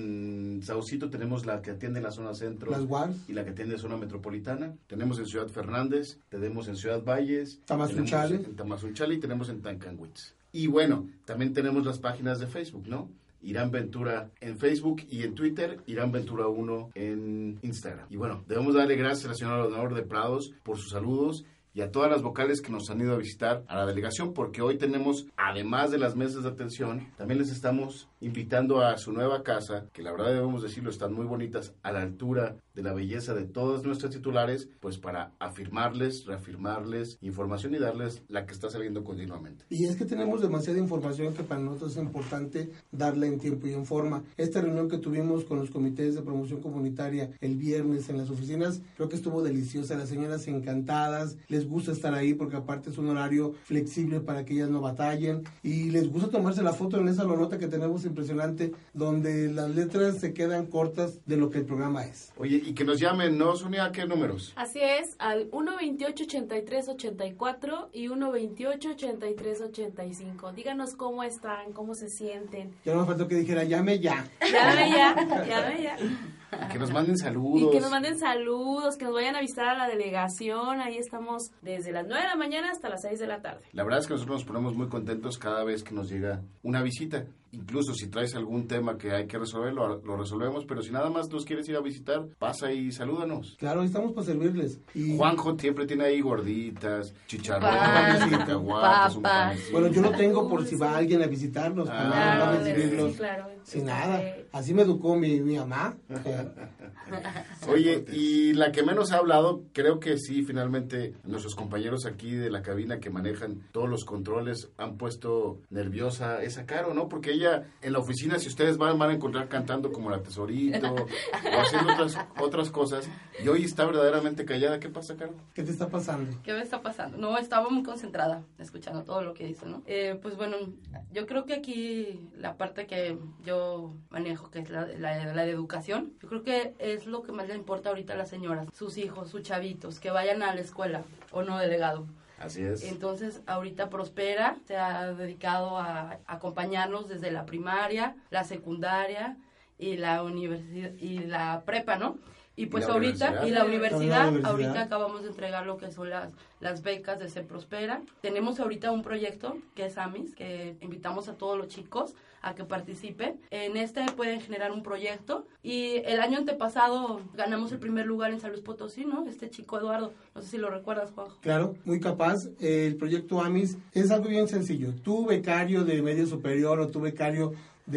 en Saucito tenemos la que atiende la zona centro. Las UARS. Y la que atiende zona metropolitana. Tenemos en Ciudad Fernández, tenemos en Ciudad Valles. Tamazunchale. En Tamazunchale y tenemos en Tancanwitz. Y bueno, también tenemos las páginas de Facebook, ¿no? Irán Ventura en Facebook y en Twitter, Irán Ventura 1 en Instagram. Y bueno, debemos darle gracias al señor Leonor de Prados por sus saludos y a todas las vocales que nos han ido a visitar a la delegación, porque hoy tenemos, además de las mesas de atención, también les estamos invitando a su nueva casa, que la verdad debemos decirlo, están muy bonitas, a la altura de la belleza de todas nuestras titulares, pues para afirmarles, reafirmarles información y darles la que está saliendo continuamente. Y es que tenemos demasiada información que para nosotros es importante darla en tiempo y en forma. Esta reunión que tuvimos con los comités de promoción comunitaria el viernes en las oficinas, creo que estuvo deliciosa, las señoras encantadas, les les gusta estar ahí porque aparte es un horario flexible para que ellas no batallen y les gusta tomarse la foto en esa nota que tenemos impresionante donde las letras se quedan cortas de lo que el programa es. Oye, y que nos llamen, ¿no, Sonia? ¿A qué números? Así es, al 128-83-84 y 128-83-85. Díganos cómo están, cómo se sienten. Ya no me faltó que dijera, llame ya. Llame ya. Que nos manden saludos. Y que nos manden saludos, que nos vayan a visitar a la delegación. Ahí estamos desde las 9 de la mañana hasta las 6 de la tarde. La verdad es que nosotros nos ponemos muy contentos cada vez que nos llega una visita. Incluso si traes algún tema que hay que resolver, lo resolvemos. Pero si nada más nos quieres ir a visitar, pasa y salúdanos. Claro, estamos para servirles. Y Juanjo siempre tiene ahí gorditas, chicharrones, cacahuates, un pancito. bueno, yo lo tengo por si va alguien a visitarnos, para no recibirlos sí, claro. sin nada. Así me educó mi mamá. Oye, y la que menos ha hablado, creo que sí, finalmente, nuestros compañeros aquí de la cabina que manejan todos los controles han puesto nerviosa esa Caro, ¿no? Porque ella, en la oficina, si ustedes van a encontrar cantando como la Tesorito o haciendo otras cosas, y hoy está verdaderamente callada. ¿Qué pasa, Caro? ¿Qué te está pasando? ¿Qué me está pasando? No, estaba muy concentrada escuchando todo lo que dice, ¿no? Pues bueno, yo creo que aquí la parte que yo manejo, que es la de educación, yo creo que es lo que más le importa ahorita a las señoras, sus hijos, sus chavitos, que vayan a la escuela, ¿o no, delegado? Así es. Entonces, ahorita Prospera se ha dedicado a acompañarnos desde la primaria, la secundaria y la universidad y la prepa, ¿no? Y pues la universidad, ahorita acabamos de entregar lo que son las becas de Ser Prospera. Tenemos ahorita un proyecto que es AMIS, que invitamos a todos los chicos a que participen. En este pueden generar un proyecto y el año antepasado ganamos el primer lugar en San Luis Potosí, ¿no? Este chico Eduardo, no sé si lo recuerdas, Juanjo. Claro, muy capaz. El proyecto AMIS es algo bien sencillo. Tú, becario de medio superior o tú, becario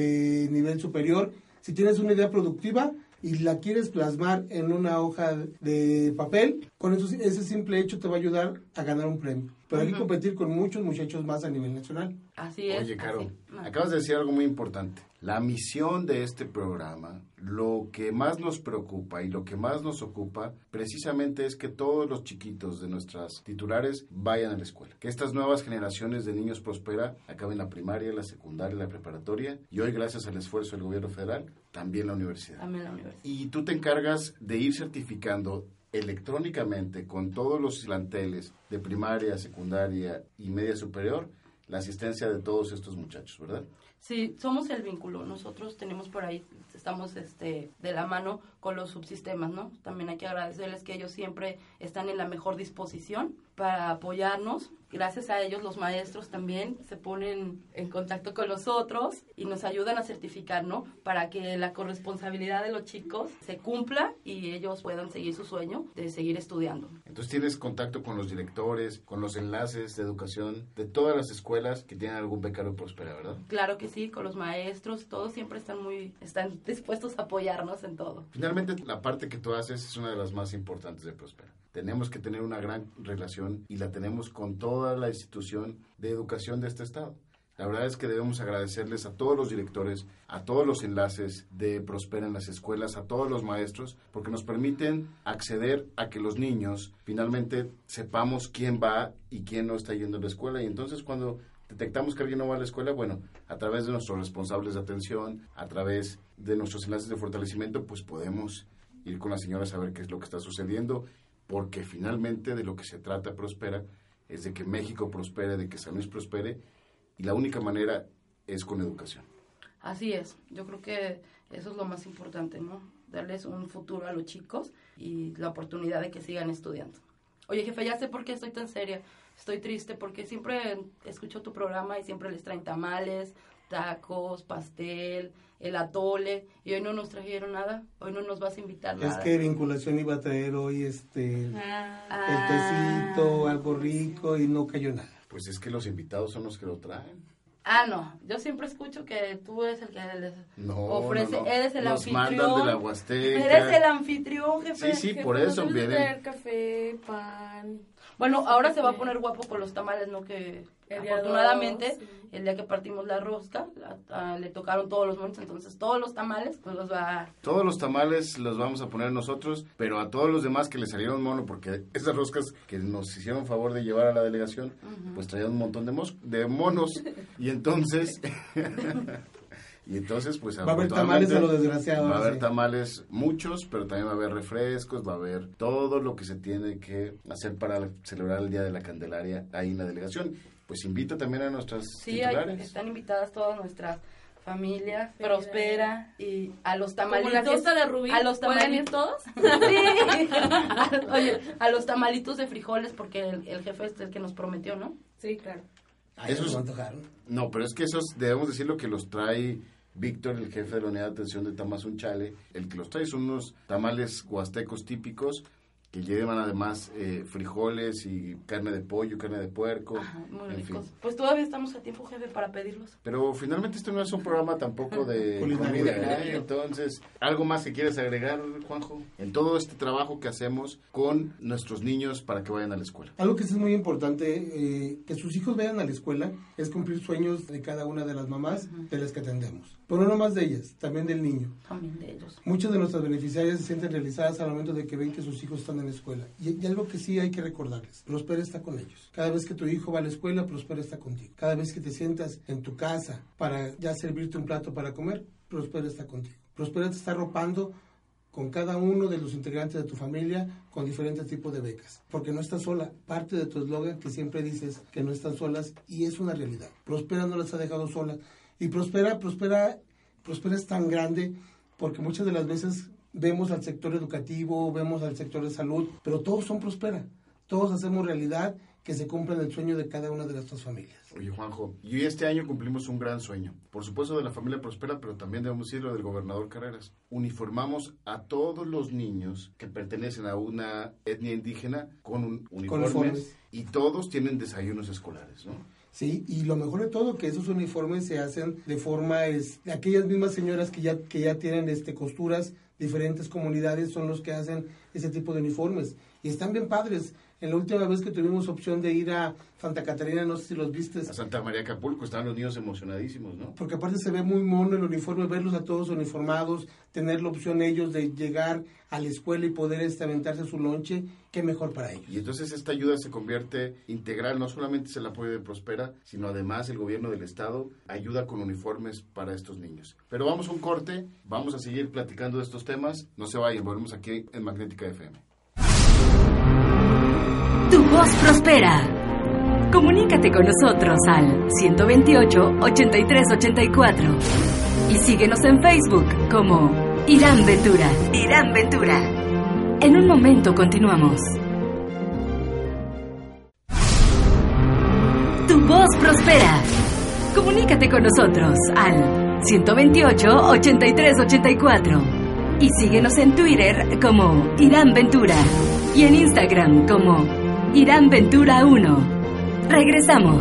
de nivel superior, si tienes una idea productiva y la quieres plasmar en una hoja de papel, con eso, ese simple hecho te va a ayudar a ganar un premio. Pero hay que competir con muchos muchachos más a nivel nacional. Así es. Oye, Caro, así. acabas de decir algo muy importante. La misión de este programa, lo que más nos preocupa y lo que más nos ocupa, precisamente es que todos los chiquitos de nuestras titulares vayan a la escuela. Que estas nuevas generaciones de niños Prospera acaben la primaria, la secundaria, la preparatoria y hoy, gracias al esfuerzo del gobierno federal, también la universidad. También la universidad. Y tú te encargas de ir certificando electrónicamente con todos los planteles de primaria, secundaria y media superior la asistencia de todos estos muchachos, ¿verdad? Sí, somos el vínculo. Nosotros tenemos por ahí, estamos de la mano con los subsistemas, ¿no? También hay que agradecerles que ellos siempre están en la mejor disposición para apoyarnos. Gracias a ellos los maestros también se ponen en contacto con nosotros y nos ayudan a certificar, ¿no? Para que la corresponsabilidad de los chicos se cumpla y ellos puedan seguir su sueño de seguir estudiando. Entonces tienes contacto con los directores, con los enlaces de educación de todas las escuelas que tienen algún becario Prospera, ¿verdad? Claro que sí, con los maestros, todos siempre están dispuestos a apoyarnos en todo. Finalmente, la parte que tú haces es una de las más importantes de Prospera. Tenemos que tener una gran relación y la tenemos con toda la institución de educación de este estado. La verdad es que debemos agradecerles a todos los directores, a todos los enlaces de Prospera en las escuelas, a todos los maestros, porque nos permiten acceder a que los niños finalmente sepamos quién va y quién no está yendo a la escuela. Y entonces cuando detectamos que alguien no va a la escuela, bueno, a través de nuestros responsables de atención, a través de nuestros enlaces de fortalecimiento, pues podemos ir con la señora a saber qué es lo que está sucediendo, porque finalmente de lo que se trata Prospera es de que México prospere, de que San Luis prospere, y la única manera es con educación. Así es, yo creo que eso es lo más importante, ¿no? Darles un futuro a los chicos y la oportunidad de que sigan estudiando. Oye, jefe, ya sé por qué estoy tan seria. Estoy triste porque siempre escucho tu programa y siempre les traen tamales, tacos, pastel, el atole, y hoy no nos trajeron nada, hoy no nos vas a invitar nada. Es que Vinculación iba a traer hoy el tecito, algo rico, y no cayó nada. Pues es que los invitados son los que lo traen. No, yo siempre escucho que tú eres el que les ofrece, no. Eres el nos anfitrión. Mandan de la Huasteca. Eres el anfitrión, jefe. Sí, Jefe, por eso ¿no vienen. traer café, pan? Bueno, ahora se va a poner guapo con los tamales, ¿no? Que Afortunadamente, Sí. el día que partimos la rosca, le tocaron todos los monos, entonces todos los tamales nos los va a... Todos los tamales los vamos a poner nosotros, pero a todos los demás que les salieron mono, porque esas roscas que nos hicieron favor de llevar a la delegación, pues traían un montón de monos, y entonces... Y entonces, pues, va a haber tamales a lo desgraciado. Va a haber sí. tamales muchos, pero también va a haber refrescos, va a haber todo lo que se tiene que hacer para celebrar el Día de la Candelaria ahí en la delegación. Pues invita también a nuestras titulares. Están invitadas todas nuestras familias, Prospera, y a los tamalitos. Como la fiesta de Rubí, a los ¿pueden ir tamalitos. todos? Sí. Oye, a los tamalitos de frijoles, porque el jefe es el que nos prometió, ¿no? Sí, claro. Ay, Esos- se me antojaron. No, pero es que esos, debemos decirlo, que los trae Víctor, el jefe de la unidad de atención de Tamazunchale. El que los trae son unos tamales huastecos típicos que llevan además frijoles y carne de pollo, carne de puerco. Ajá, muy en ricos. fin. Pues todavía estamos a tiempo, jefe, para pedirlos. Pero finalmente esto no es un programa tampoco de Culinario. comida, ¿eh? Entonces, ¿algo más que quieres agregar, Juanjo? En todo este trabajo que hacemos con nuestros niños para que vayan a la escuela. Algo que sí es muy importante, que sus hijos vayan a la escuela, es cumplir sueños de cada una de las mamás de las que atendemos. Pero no más de ellas, también del niño. También de ellos. Muchas de nuestras beneficiarias se sienten realizadas al momento de que ven que sus hijos están en la escuela. Y algo que sí hay que recordarles, Prospera está con ellos. Cada vez que tu hijo va a la escuela, Prospera está contigo. Cada vez que te sientas en tu casa para ya servirte un plato para comer, Prospera está contigo. Prospera te está arropando con cada uno de los integrantes de tu familia con diferentes tipos de becas. Porque no estás sola. Parte de tu eslogan que siempre dices que no están solas y es una realidad. Prospera no las ha dejado solas. Y Prospera es tan grande porque muchas de las veces vemos al sector educativo, vemos al sector de salud, pero todos son Prospera. Todos hacemos realidad que se cumpla el sueño de cada una de nuestras familias. Oye, Juanjo, y este año cumplimos un gran sueño. Por supuesto de la familia Prospera, pero también debemos decirlo del gobernador Carreras. Uniformamos a todos los niños que pertenecen a una etnia indígena con uniformes y todos tienen desayunos escolares, ¿no? Sí, y lo mejor de todo, que esos uniformes se hacen de forma, aquellas mismas señoras que ya tienen costuras, diferentes comunidades son los que hacen ese tipo de uniformes. Y están bien padres. En la última vez que tuvimos opción de ir a Santa Catarina, no sé si los viste. A Santa María Acapulco estaban los niños emocionadísimos, ¿no? Porque aparte se ve muy mono el uniforme, verlos a todos uniformados, tener la opción ellos de llegar a la escuela y poder aventarse su lonche, qué mejor para ellos. Y entonces esta ayuda se convierte integral, no solamente es el apoyo de Prospera, sino además el gobierno del estado ayuda con uniformes para estos niños. Pero vamos a un corte, vamos a seguir platicando de estos temas, no se vayan, volvemos aquí en Magnética FM. Tu voz prospera. Comunícate con nosotros al 128-8384 y síguenos en Facebook como Irán Ventura. Irán Ventura. En un momento continuamos. Tu voz prospera. Comunícate con nosotros al 128-8384 y síguenos en Twitter como Irán Ventura y en Instagram como Irán Ventura 1. Regresamos.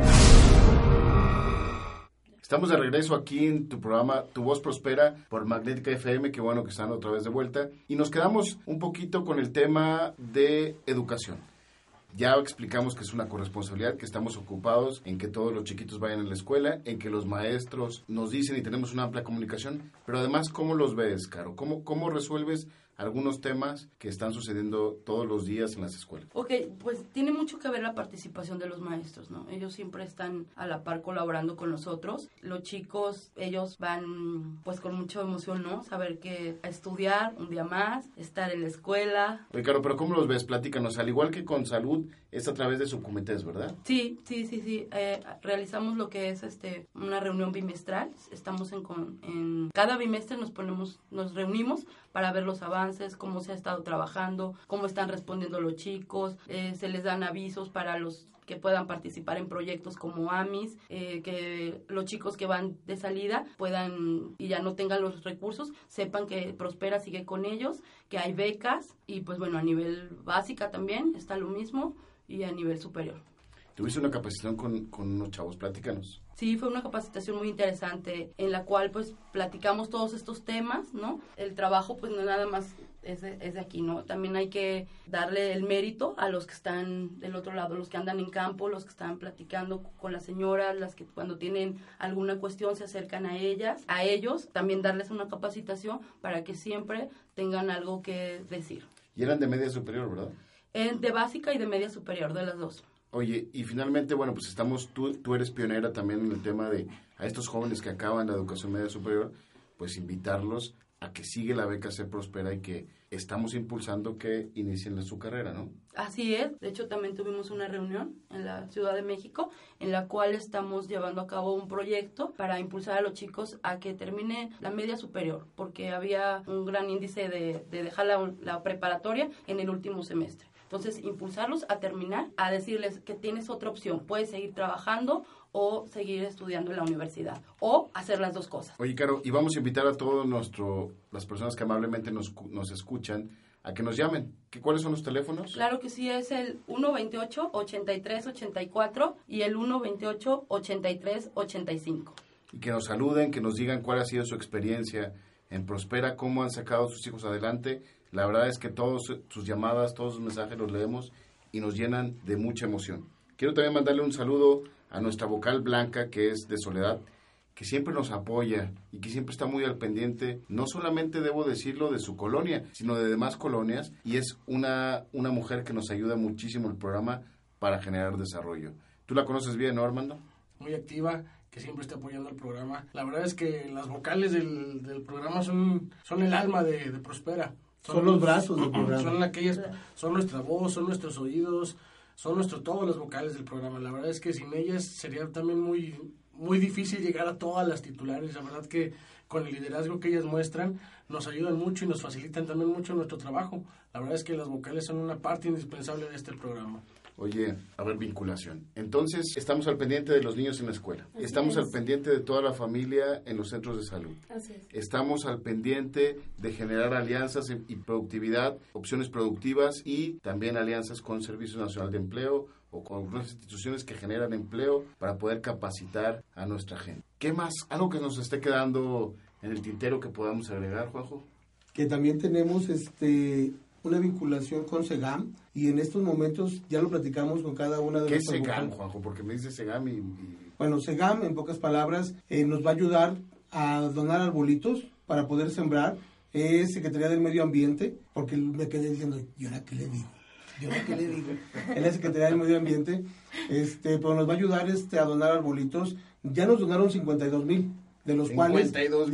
Estamos de regreso aquí en tu programa Tu Voz Prospera por Magnética FM, qué bueno que están otra vez de vuelta. Y nos quedamos un poquito con el tema de educación. Ya explicamos que es una corresponsabilidad, que estamos ocupados en que todos los chiquitos vayan a la escuela, en que los maestros nos dicen y tenemos una amplia comunicación, pero además, ¿cómo los ves, Caro? ¿Cómo resuelves algunos temas que están sucediendo todos los días en las escuelas? Ok, pues tiene mucho que ver la participación de los maestros, ¿no? Ellos siempre están a la par colaborando con nosotros. Los chicos, ellos van pues con mucha emoción, ¿no? Saber que a estudiar un día más, estar en la escuela. Oye, Caro, pero ¿cómo los ves? Platícanos. Al igual que con salud, es a través de subcomités, ¿verdad? Sí. Realizamos lo que es una reunión bimestral. Estamos en cada bimestre nos reunimos para ver los avances, cómo se ha estado trabajando, cómo están respondiendo los chicos, se les dan avisos para los que puedan participar en proyectos como AMIS, que los chicos que van de salida puedan y ya no tengan los recursos, sepan que Prospera sigue con ellos, que hay becas y pues bueno, a nivel básica también está lo mismo y a nivel superior. Tuviste una capacitación con unos chavos, platícanos. Sí, fue una capacitación muy interesante en la cual pues platicamos todos estos temas, ¿no? El trabajo pues no nada más es de aquí, ¿no? También hay que darle el mérito a los que están del otro lado, los que andan en campo, los que están platicando con las señoras, las que cuando tienen alguna cuestión se acercan a ellos, también darles una capacitación para que siempre tengan algo que decir. Y eran de media superior, ¿verdad? De básica y de media superior, de las dos. Oye, y finalmente, bueno, pues tú eres pionera también en el tema de a estos jóvenes que acaban la educación media superior, pues invitarlos a que sigue la beca Se Prospera y que estamos impulsando que inicien su carrera, ¿no? Así es. De hecho, también tuvimos una reunión en la Ciudad de México en la cual estamos llevando a cabo un proyecto para impulsar a los chicos a que termine la media superior, porque había un gran índice de dejar la preparatoria en el último semestre. Entonces, impulsarlos a terminar, a decirles que tienes otra opción, puedes seguir trabajando o seguir estudiando en la universidad, o hacer las dos cosas. Oye, Caro, y vamos a invitar a todos las personas que amablemente nos escuchan a que nos llamen. ¿Cuáles son los teléfonos? Claro que sí, es el 128-8384 y el 128-8385. Y que nos saluden, que nos digan cuál ha sido su experiencia en Prospera, cómo han sacado a sus hijos adelante. La verdad es que todas sus llamadas, todos sus mensajes los leemos y nos llenan de mucha emoción. Quiero también mandarle un saludo a nuestra vocal Blanca, que es de Soledad, que siempre nos apoya y que siempre está muy al pendiente, no solamente debo decirlo de su colonia, sino de demás colonias, y es una mujer que nos ayuda muchísimo el programa para generar desarrollo. ¿Tú la conoces bien, no, Armando? Muy activa, que siempre está apoyando el programa. La verdad es que las vocales del programa son el alma de Prospera. Son los brazos del programa. Son nuestra voz, son nuestros oídos, son todas las vocales del programa. La verdad es que sin ellas sería también muy difícil llegar a todas las titulares. La verdad que con el liderazgo que ellas muestran nos ayudan mucho y nos facilitan también mucho nuestro trabajo. La verdad es que las vocales son una parte indispensable de este programa. Oye, a ver, vinculación. Entonces, estamos al pendiente de los niños en la escuela. Así estamos es. al pendiente de toda la familia en los centros de salud. Así es. Estamos al pendiente de generar alianzas y productividad, opciones productivas y también alianzas con Servicio Nacional de Empleo o con algunas instituciones que generan empleo para poder capacitar a nuestra gente. ¿Qué más? ¿Algo que nos esté quedando en el tintero que podamos agregar, Juanjo? Que también tenemos una vinculación con SEGAM, y en estos momentos ya lo platicamos con cada una de ¿Qué es nuestras SEGAM, vocales. Juanjo? Porque me dice SEGAM y... Bueno, SEGAM, en pocas palabras, nos va a ayudar a donar arbolitos para poder sembrar. Es Secretaría del Medio Ambiente, porque me quedé diciendo, ¿y ahora qué le digo? En la Secretaría del Medio Ambiente, pero nos va a ayudar a donar arbolitos. Ya nos donaron 52,000, de los cuales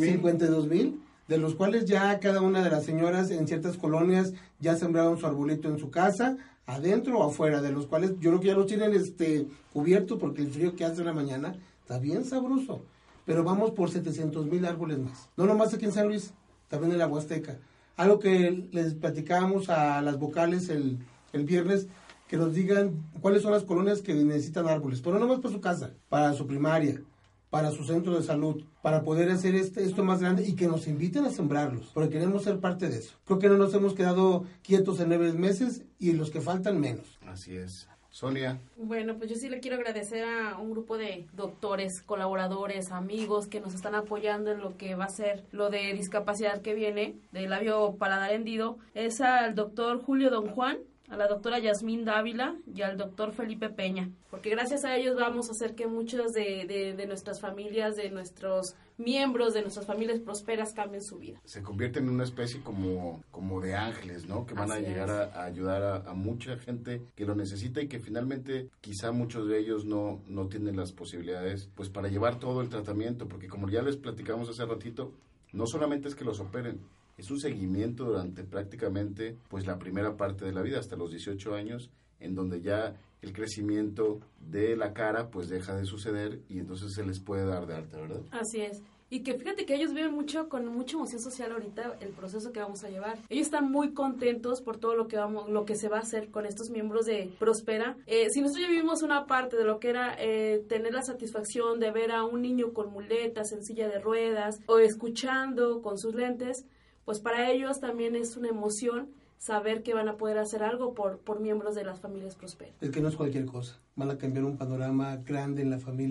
52,000, de los cuales ya cada una de las señoras en ciertas colonias ya sembraron su arbolito en su casa, adentro o afuera, de los cuales yo creo que ya los tienen cubiertos, porque el frío que hace en la mañana está bien sabroso. Pero vamos por 700,000 árboles más. No nomás aquí en San Luis, también en la Huasteca. Algo que les platicábamos a las vocales el viernes, que nos digan cuáles son las colonias que necesitan árboles, pero no nomás para su casa, para su primaria, para su centro de salud, para poder hacer esto más grande, y que nos inviten a sembrarlos, porque queremos ser parte de eso. Creo que no nos hemos quedado quietos en 9 meses, y los que faltan menos. Así es. Sonia. Bueno, pues yo sí le quiero agradecer a un grupo de doctores, colaboradores, amigos que nos están apoyando en lo que va a ser lo de discapacidad que viene, de labio paladar hendido. Es al doctor Julio Don Juan, a la doctora Yasmín Dávila y al doctor Felipe Peña, porque gracias a ellos vamos a hacer que muchos de nuestras familias, de nuestros miembros, de nuestras familias prósperas cambien su vida. Se convierten en una especie como de ángeles, ¿no? Que van a llegar a ayudar a mucha gente que lo necesita y que finalmente quizá muchos de ellos no tienen las posibilidades pues para llevar todo el tratamiento, porque como ya les platicamos hace ratito, no solamente es que los operen, es un seguimiento durante prácticamente pues la primera parte de la vida, hasta los 18 años, en donde ya el crecimiento de la cara pues deja de suceder y entonces se les puede dar de alta, ¿verdad? Así es. Y que fíjate que ellos viven con mucha emoción social ahorita el proceso que vamos a llevar. Ellos están muy contentos por todo lo que se va a hacer con estos miembros de Prospera. Si nosotros ya vivimos una parte de lo que era tener la satisfacción de ver a un niño con muletas, en silla de ruedas, o escuchando con sus lentes, pues para ellos también es una emoción saber que van a poder hacer algo por miembros de las familias Prospera. Es que no es cualquier cosa, van a cambiar un panorama grande en la familia,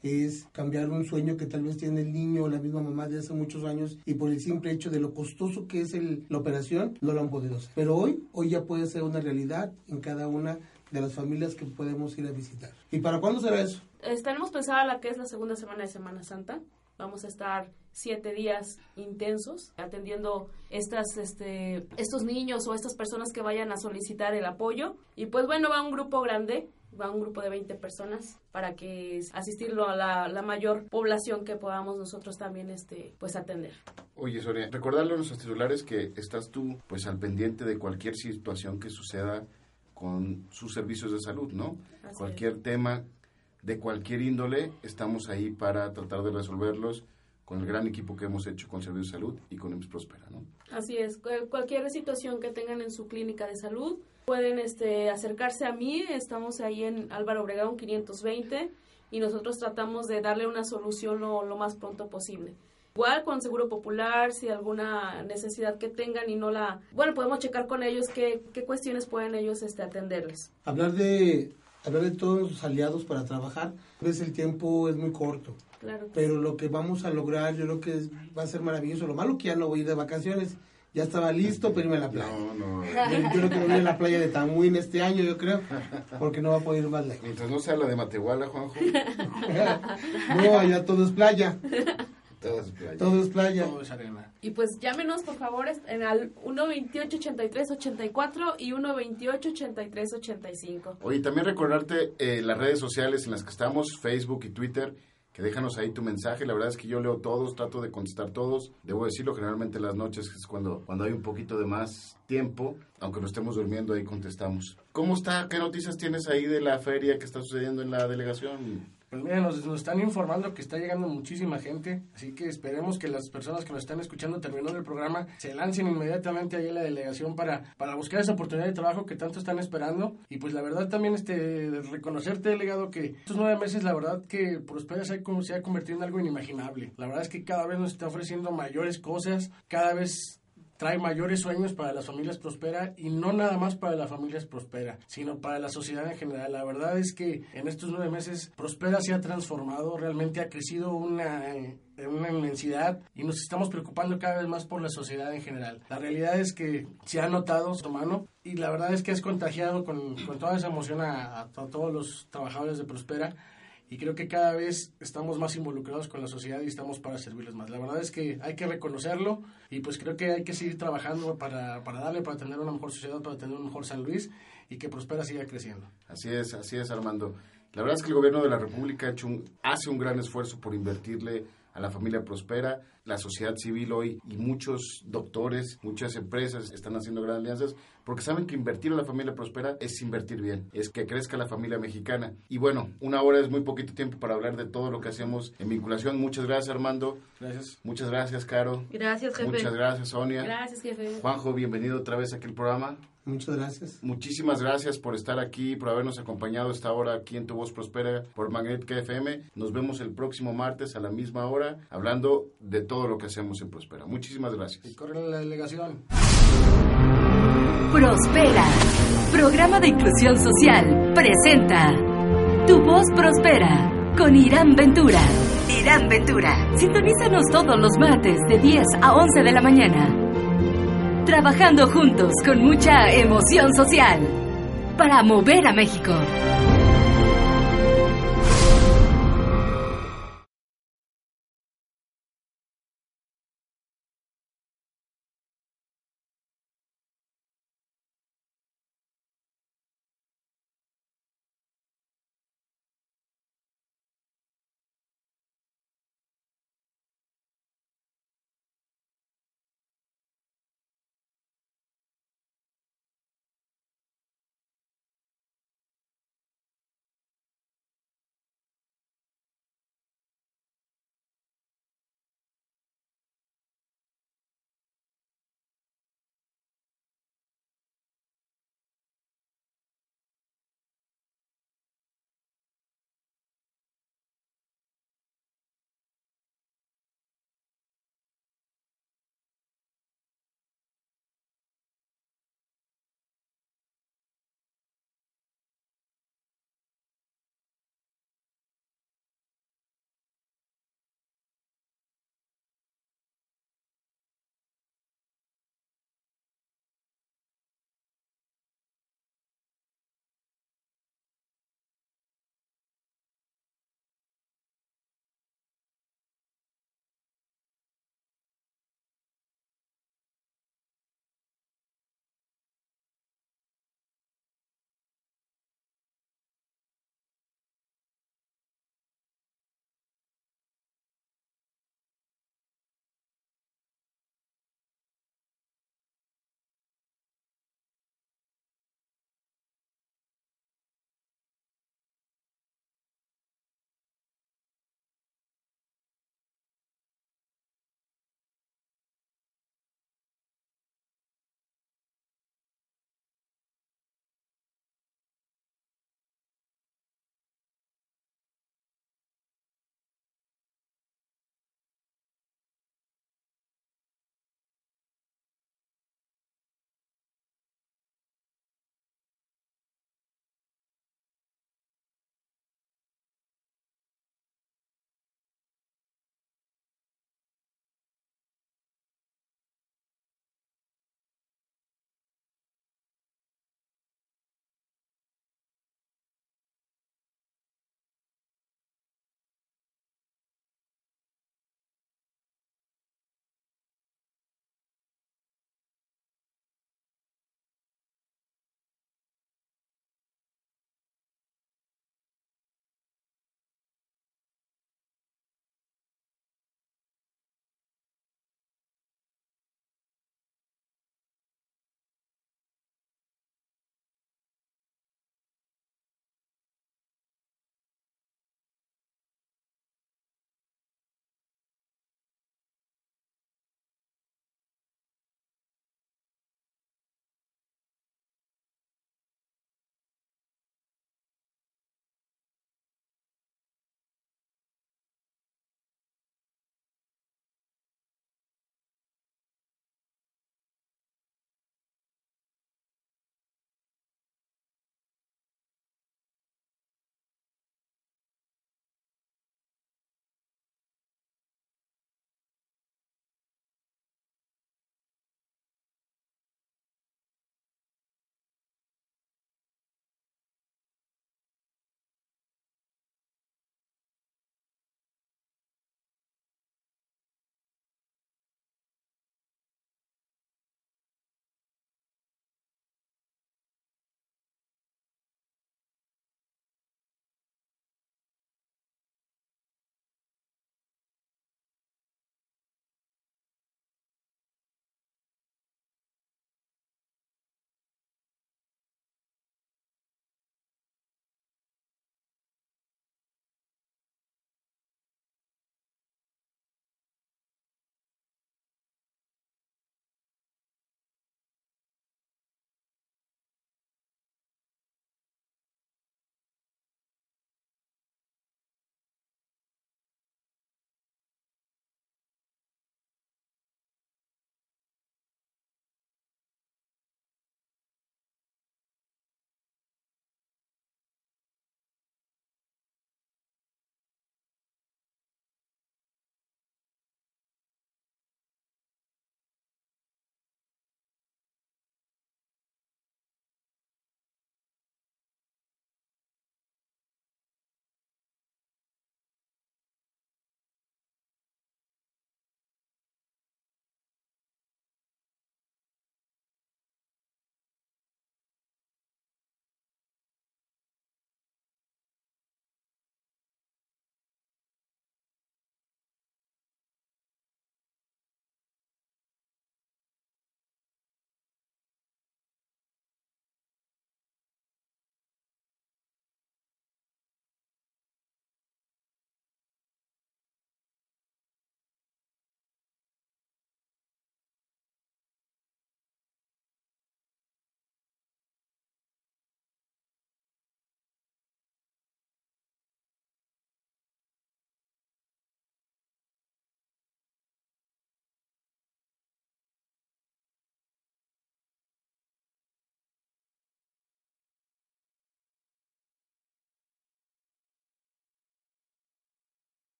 es cambiar un sueño que tal vez tiene el niño o la misma mamá de hace muchos años, y por el simple hecho de lo costoso que es la operación, no lo han podido hacer. Pero hoy ya puede ser una realidad en cada una de las familias que podemos ir a visitar. ¿Y para cuándo será eso? Tenemos pensada la que es la segunda semana de Semana Santa. Vamos a estar 7 días intensos atendiendo estos niños o estas personas que vayan a solicitar el apoyo. Y pues bueno, va un grupo grande, va un grupo de 20 personas para que asistirlo a la mayor población que podamos nosotros también pues atender. Oye, Sonia, recordarle a nuestros titulares que estás tú pues al pendiente de cualquier situación que suceda con sus servicios de salud, ¿no? Así cualquier es. tema de cualquier índole, estamos ahí para tratar de resolverlos con el gran equipo que hemos hecho con Servicios de Salud y con IMSS Prospera, ¿no? Así es, cualquier situación que tengan en su clínica de salud, pueden acercarse a mí. Estamos ahí en Álvaro Obregón 520 y nosotros tratamos de darle una solución lo más pronto posible. Igual con Seguro Popular, si alguna necesidad que tengan y podemos checar con ellos qué cuestiones pueden ellos atenderles. Hablar de todos los aliados para trabajar, pues el tiempo es muy corto. Claro. Pero lo que vamos a lograr, yo creo que va a ser maravilloso. Lo malo que ya no voy a ir de vacaciones. Ya estaba listo para irme a la playa. No. Yo creo que voy a ir a la playa de Tamuín este año, yo creo, porque no va a poder ir más lejos. Mientras no sea la de Matehuala, Juanjo. No, allá todo es playa. Todo es playa. Todo es playa. Todo es arena. Y pues llámenos, por favor, al 128-83-84 y 128-83-85. Oye, también recordarte las redes sociales en las que estamos, Facebook y Twitter, que déjanos ahí tu mensaje. La verdad es que yo leo todos, trato de contestar todos. Debo decirlo, generalmente las noches es cuando hay un poquito de más tiempo, aunque no estemos durmiendo, ahí contestamos. ¿Cómo está? ¿Qué noticias tienes ahí de la feria que está sucediendo en la delegación? Pues mira, nos están informando que está llegando muchísima gente, así que esperemos que las personas que nos están escuchando terminando el programa se lancen inmediatamente ahí a la delegación para buscar esa oportunidad de trabajo que tanto están esperando. Y pues la verdad también reconocerte, delegado, que estos 9 meses la verdad que Prospera se ha convertido en algo inimaginable. La verdad es que cada vez nos está ofreciendo mayores cosas, cada vez trae mayores sueños para las familias Prospera, y no nada más para las familias Prospera, sino para la sociedad en general. La verdad es que en estos 9 meses Prospera se ha transformado, realmente ha crecido una inmensidad, y nos estamos preocupando cada vez más por la sociedad en general. La realidad es que se ha notado su mano, y la verdad es que es contagiado con toda esa emoción a todos los trabajadores de Prospera. Y creo que cada vez estamos más involucrados con la sociedad y estamos para servirles más. La verdad es que hay que reconocerlo, y pues creo que hay que seguir trabajando para tener una mejor sociedad, para tener un mejor San Luis, y que Prospera siga creciendo. Así es, Armando. La verdad es que el gobierno de la República hace un gran esfuerzo por invertirle a la familia Prospera. La sociedad civil hoy y muchos doctores, muchas empresas están haciendo grandes alianzas porque saben que invertir a la familia Prospera es invertir bien, es que crezca la familia mexicana. Y bueno, 1 hora es muy poquito tiempo para hablar de todo lo que hacemos en vinculación. Muchas gracias, Armando. Gracias. Muchas gracias, Caro. Gracias, jefe. Muchas gracias, Sonia. Gracias, jefe. Juanjo, bienvenido otra vez aquí al programa. Muchas gracias. Muchísimas gracias por estar aquí, por habernos acompañado esta hora aquí en Tu Voz Prospera por Magnética FM. Nos vemos el próximo martes a la misma hora, hablando de todo lo que hacemos en Prospera. Muchísimas gracias. Y corren la delegación. Prospera, programa de inclusión social, presenta Tu Voz Prospera con Irán Ventura. Irán Ventura. Sintonízanos todos los martes de 10 a 11 de la mañana. Trabajando juntos con mucha emoción social para mover a México.